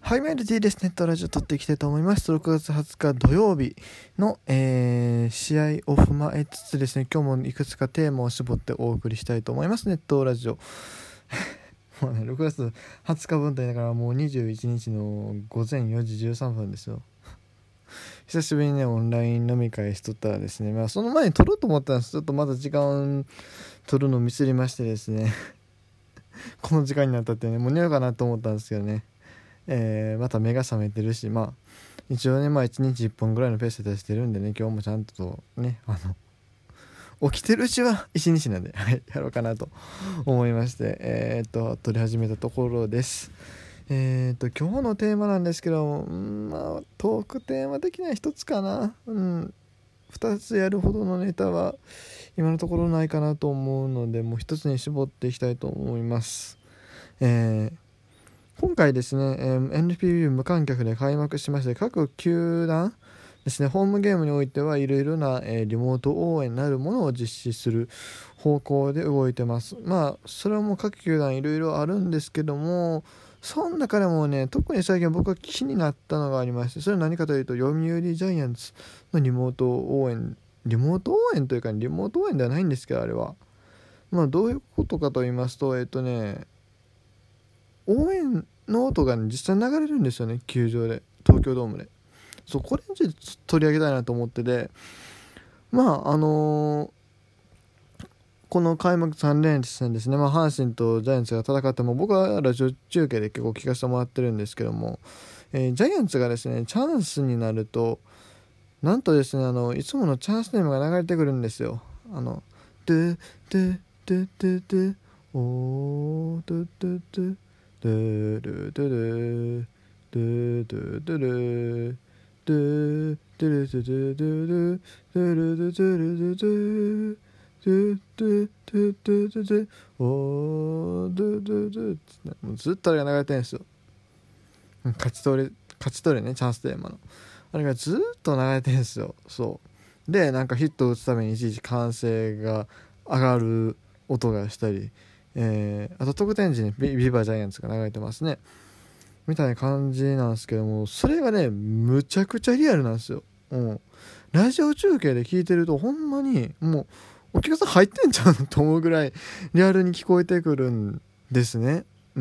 はい、メール T です。ネットラジオ撮っていきたいと思います。6月20日土曜日の、試合を踏まえつつですね、今日もいくつかテーマを絞ってお送りしたいと思います。ネットラジオ。もうね、6月20日分と言いながらもう21日の午前4時13分ですよ。久しぶりにね、オンライン飲み会しとったらですね、その前に撮ろうと思ったんです。ちょっとまだ時間撮るのミスりましてですね、この時間になったってね、もう寝ようかなと思ったんですけどね。また目が覚めてるし、一応ね、1日1本ぐらいのペースで出してるんでね、今日もちゃんとね、起きてるうちは1日なんで、はい、やろうかなと思いまして、撮り始めたところです。今日のテーマなんですけど、トークテーマ的には1つかな。2つやるほどのネタは今のところないかなと思うので、もう1つに絞っていきたいと思います。今回ですね、NPB 無観客で開幕しまして、各球団ですね、ホームゲームにおいてはいろいろな、リモート応援なるものを実施する方向で動いてます。それはもう各球団いろいろあるんですけども、その中でもね、特に最近僕が気になったのがありまして、それは何かというと、読売ジャイアンツのリモート応援というか、リモート応援ではないんですけど、あれはどういうことかと言いますと、応援の音が、実際に流れるんですよね、球場で、東京ドームで。これについて取り上げたいなと思ってて、この開幕3連戦ですね、阪神とジャイアンツが戦っても、僕はラジオ中継で結構聞かせてもらってるんですけども、ジャイアンツがですね、チャンスになると、なんとですね、いつものチャンステーマが流れてくるんですよ。ドゥドゥドゥドゥドゥおードゥドゥドゥドゥルドゥルドゥドゥドゥルドゥドゥルドゥドゥドゥルドゥルドゥドゥルドゥドゥドゥドゥドゥドゥドゥドゥおードゥドゥドゥってもうずっとあれが流れてるんですよ。勝ち取れね、チャンステーマのあれがずっと流れてるんですよ。で、なんかヒットを打つためにいちいち歓声が上がる音がしたり、あと得点時にビバジャイアンツが流れてますねみたいな感じなんですけども、それがねむちゃくちゃリアルなんですよ。ラジオ中継で聞いてるとほんまにもうお客さん入ってんちゃうのと思うぐらいリアルに聞こえてくるんですね。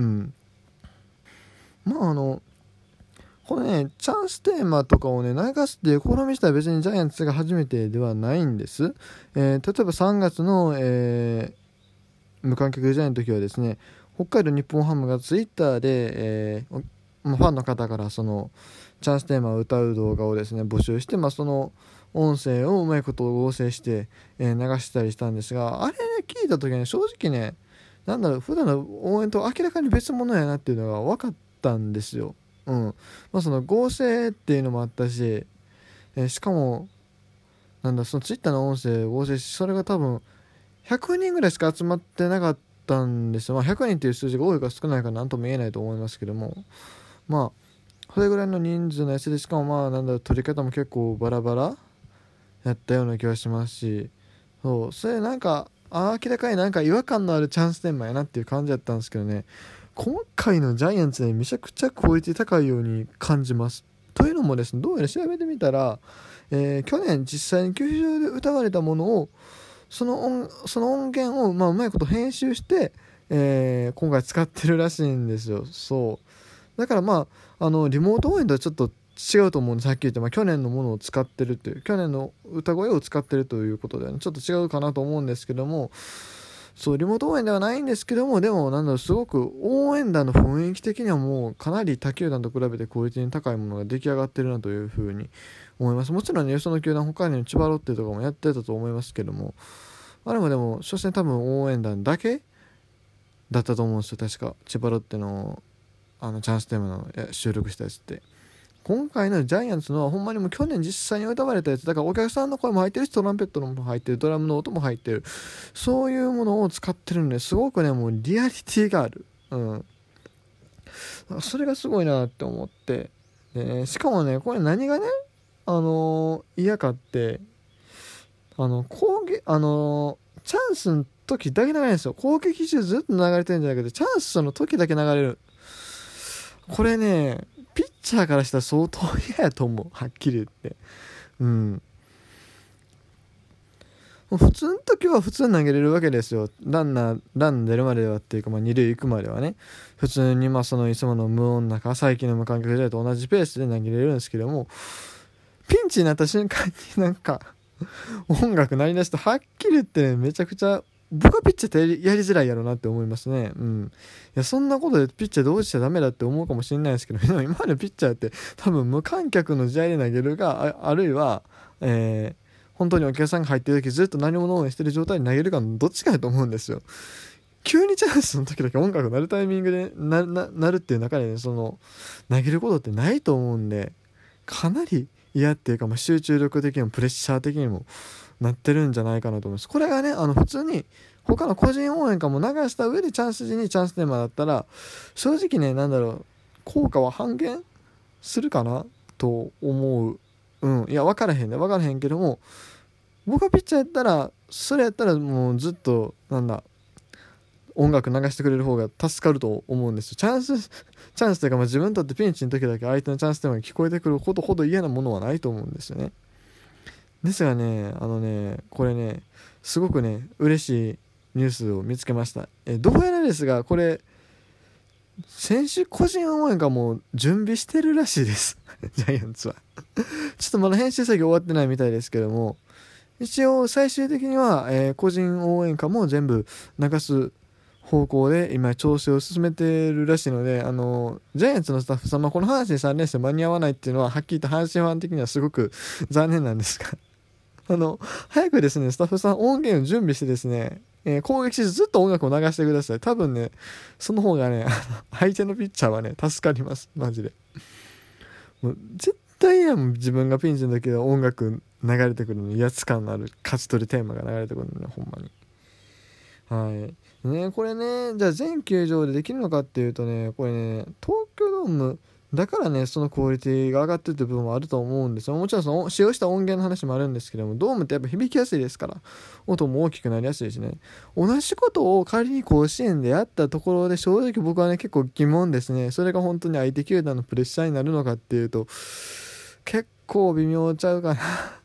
これね、チャンステーマとかをね流すっていう試み自体は別にジャイアンツが初めてではないんです。例えば3月の、無観客試合の時はですね、北海道日本ハムがツイッターで、ファンの方からそのチャンステーマを歌う動画をですね募集して、その音声をうまいことを合成して、流したりしたんですが、あれね聞いた時はね、正直ね、普段の応援と明らかに別物やなっていうのが分かったんですよ。その合成っていうのもあったし、しかもそのツイッターの音声を合成し、それが多分100人ぐらいしか集まってなかったんですよ。100人っていう数字が多いか少ないかなんとも言えないと思いますけども、それぐらいの人数のやつで、しかも撮り方も結構バラバラやったような気がしますし、それ明らかに違和感のあるチャンステーマやなっていう感じだったんですけどね、今回のジャイアンツねめちゃくちゃクオリティ高いように感じます。というのもですね、どうやら調べてみたら、去年実際に球場で歌われたものをその音源をうまいこと編集して、今回使ってるらしいんですよ。だからリモート応援とはちょっと違うと思うんです。はっきり言って、去年のものを使ってるという、去年の歌声を使ってるということで、ちょっと違うかなと思うんですけども、リモート応援ではないんですけども、でもすごく応援団の雰囲気的にはもうかなり他球団と比べてクオリティに高いものが出来上がってるなというふうに思います。もちろんね、よその球団他に千葉ロッテとかもやってたと思いますけども、あれもでも所詮多分応援団だけだったと思うんですよ。確か千葉ロッテのチャンステーマの収録したやつって、今回のジャイアンツのはほんまにもう去年実際に歌われたやつだから、お客さんの声も入ってるし、トランペットのも入ってる、ドラムの音も入ってる、そういうものを使ってるんで、すごくねもうリアリティがある。それがすごいなって思って、しかもねこれ何がね嫌かって、チャンスの時だけ流れるんですよ。攻撃中ずっと流れてるんじゃなくて、チャンスの時だけ流れる。 これねピッチャーからしたら相当嫌やと思う、はっきり言って。普通の時は普通に投げれるわけですよ。ラン出るまではっていうか、二塁行くまではね普通にそのいつもの無音の中最近の無観客試合と同じペースで投げれるんですけども、ピンチになった瞬間に音楽鳴り出して、はっきり言って、ね、めちゃくちゃ僕はピッチャーってやりづらいやろなって思いますね。いやそんなことでピッチャーどうしちゃダメだって思うかもしれないですけど、今までピッチャーって多分無観客の試合で投げるか、あるいは、本当にお客さんが入ってる時ずっと何も応援してる状態で投げるかのどっちかだと思うんですよ。急にチャンスの時だけ音楽鳴るタイミングでなるっていう中で、ね、その投げることってないと思うんで、かなり嫌っていうか、集中力的にもプレッシャー的にもなってるんじゃないかなと思います。これがね普通に他の個人応援歌も流した上でチャンス時にチャンステーマだったら、正直ね効果は半減するかなと思う。いや分からへんけども、僕がピッチャーやったらそれやったらもうずっと音楽流してくれる方が助かると思うんですよ。チャンスというか、自分にとってピンチの時だけ相手のチャンステーマが聞こえてくるほど嫌なものはないと思うんですよね。ですがねこれねすごくね嬉しいニュースを見つけました。どうやらですが、これ選手個人応援歌も準備してるらしいですジャイアンツはちょっとまだ編集作業終わってないみたいですけども、一応最終的には、個人応援歌も全部流す方向で今調整を進めてるらしいので、ジャイアンツのスタッフさん、この話に3連戦間に合わないっていうのははっきり言って阪神ファン的にはすごく残念なんですが早くですねスタッフさん音源を準備してですね、攻撃しずっと音楽を流してください。多分ねその方がね相手のピッチャーはね助かります、マジで。もう絶対やもん、自分がピンチの時は音楽流れてくるのに威圧感のある勝ち取りテーマが流れてくるのね、ほんまに。これねじゃあ全球場でできるのかっていうとね、これね東京ドームだからねそのクオリティが上がってるって部分もあると思うんですよ。もちろんその使用した音源の話もあるんですけども、ドームってやっぱ響きやすいですから、音も大きくなりやすいしね。同じことを仮に甲子園でやったところで、正直僕はね結構疑問ですね。それが本当に相手球団のプレッシャーになるのかっていうと結構微妙ちゃうか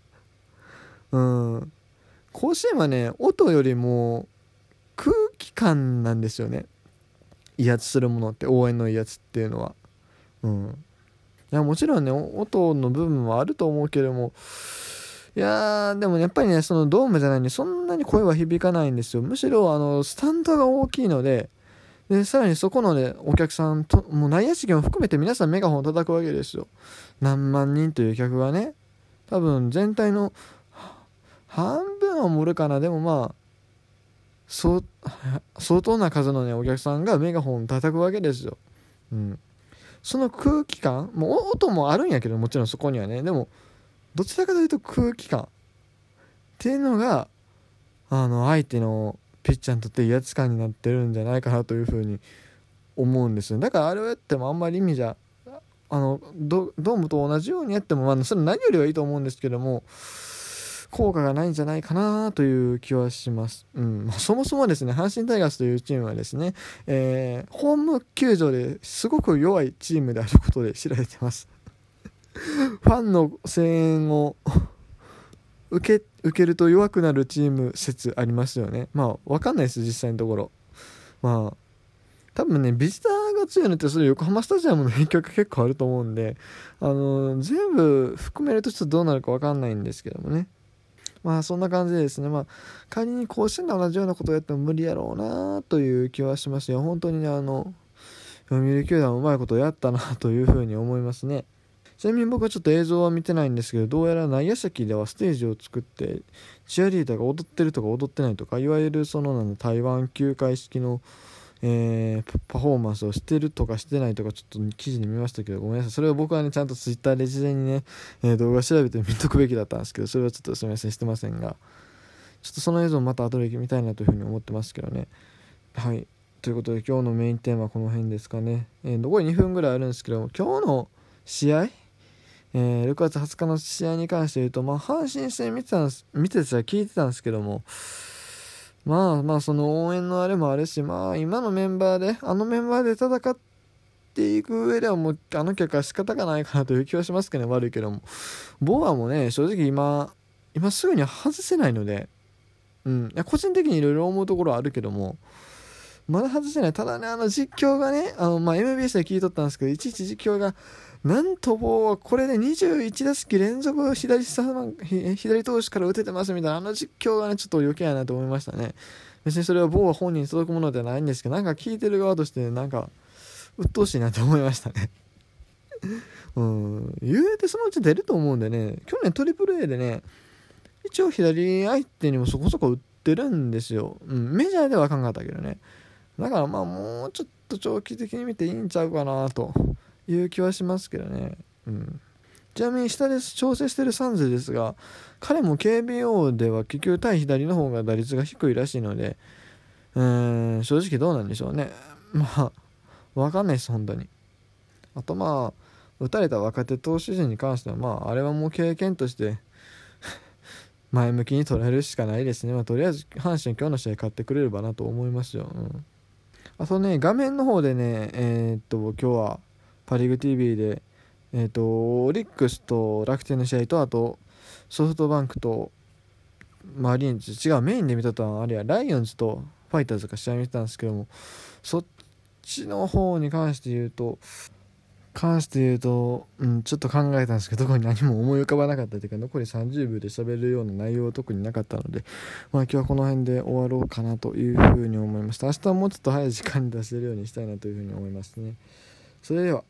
な甲子園はね音よりも空気感なんですよね、威圧するものって。応援の威圧っていうのは。いやもちろんね音の部分はあると思うけども、いやでもやっぱりねそのドームじゃないんでそんなに声は響かないんですよ。むしろスタンドが大きいので、さらにそこのねお客さんともう内野席も含めて皆さんメガホンを叩くわけですよ。何万人という客がね、多分全体の半分は盛るかな。でも相当な数のねお客さんがメガホンを叩くわけですよ。その空気感もう音もあるんやけど、もちろんそこにはね、でもどちらかというと空気感っていうのが相手のピッチャーにとって威圧感になってるんじゃないかなというふうに思うんですよ。だからあれをやってもあんまり意味じゃドームと同じようにやっても、それ何よりはいいと思うんですけども効果がないんじゃないかなという気はします。そもそもですね阪神タイガースというチームはですね、ホーム球場ですごく弱いチームであることで知られてますファンの声援を受けると弱くなるチーム説ありますよね。分かんないです実際のところ。多分ねビジターが強いのってそれ横浜スタジアムの影響が結構あると思うんで、全部含めるとちょっとどうなるか分かんないんですけどもね。そんな感じでですね、仮に甲子園で同じようなことをやっても無理やろうなという気はしますよ。本当にね読売球団うまいことやったなというふうに思いますね。ちなみに僕はちょっと映像は見てないんですけど、どうやら内野席ではステージを作ってチアリーダーが踊ってるとか踊ってないとか、いわゆるその台湾球界式のパフォーマンスをしてるとかしてないとかちょっと記事に見ましたけど、ごめんなさい。それを僕はねちゃんとツイッターで事前にね、動画調べて見とくべきだったんですけど、それはちょっとすみませんしてませんが、ちょっとその映像また後で見たいなというふうに思ってますけどね。ということで今日のメインテーマはこの辺ですかね。残り2分ぐらいあるんですけども、今日の試合6月20日の試合に関して言うと、阪神戦見てた聞いてたんですけども、その応援のあれもあるし、今のメンバーでメンバーで戦っっていく上ではもうあの結果は仕方がないかなという気はしますけどね。悪いけどもボアもね正直今すぐには外せないので、いや個人的にいろいろ思うところはあるけどもまだ外せない。ただね実況がねMBS で聞いとったんですけど、いちいち実況がなんとボアはこれで21打席連続左投手から打ててますみたいな実況がねちょっと余計やなと思いましたね。別にそれはボア本人に届くものではないんですけど、なんか聞いてる側としてなんか鬱陶しいなと思いましたね言うてそのうち出ると思うんでね。去年トリプル A でね一応左相手にもそこそこ打ってるんですよ、メジャーではあかんかったけどね。だからもうちょっと長期的に見ていいんちゃうかなという気はしますけどね。ちなみに下で調整してるサンズですが、彼も KBO では結局対左の方が打率が低いらしいので、正直どうなんでしょうね。分かんないです本当に。あと打たれた若手投手陣に関してはあれはもう経験として前向きに捉えるしかないですね。とりあえず阪神今日の試合勝ってくれればなと思いますよ。あとね画面の方でね今日はパリーグ TV でオリックスと楽天の試合と、あとソフトバンクとマリーンズ、メインで見たとはあれやライオンズとファイターズが試合見てたんですけども、そっちの方に関して言うとちょっと考えたんですけど特に何も思い浮かばなかったというか、残り30秒で喋るような内容は特になかったので、今日はこの辺で終わろうかなというふうに思いました。明日はもうちょっと早い時間に出せるようにしたいなというふうに思いますね。それでは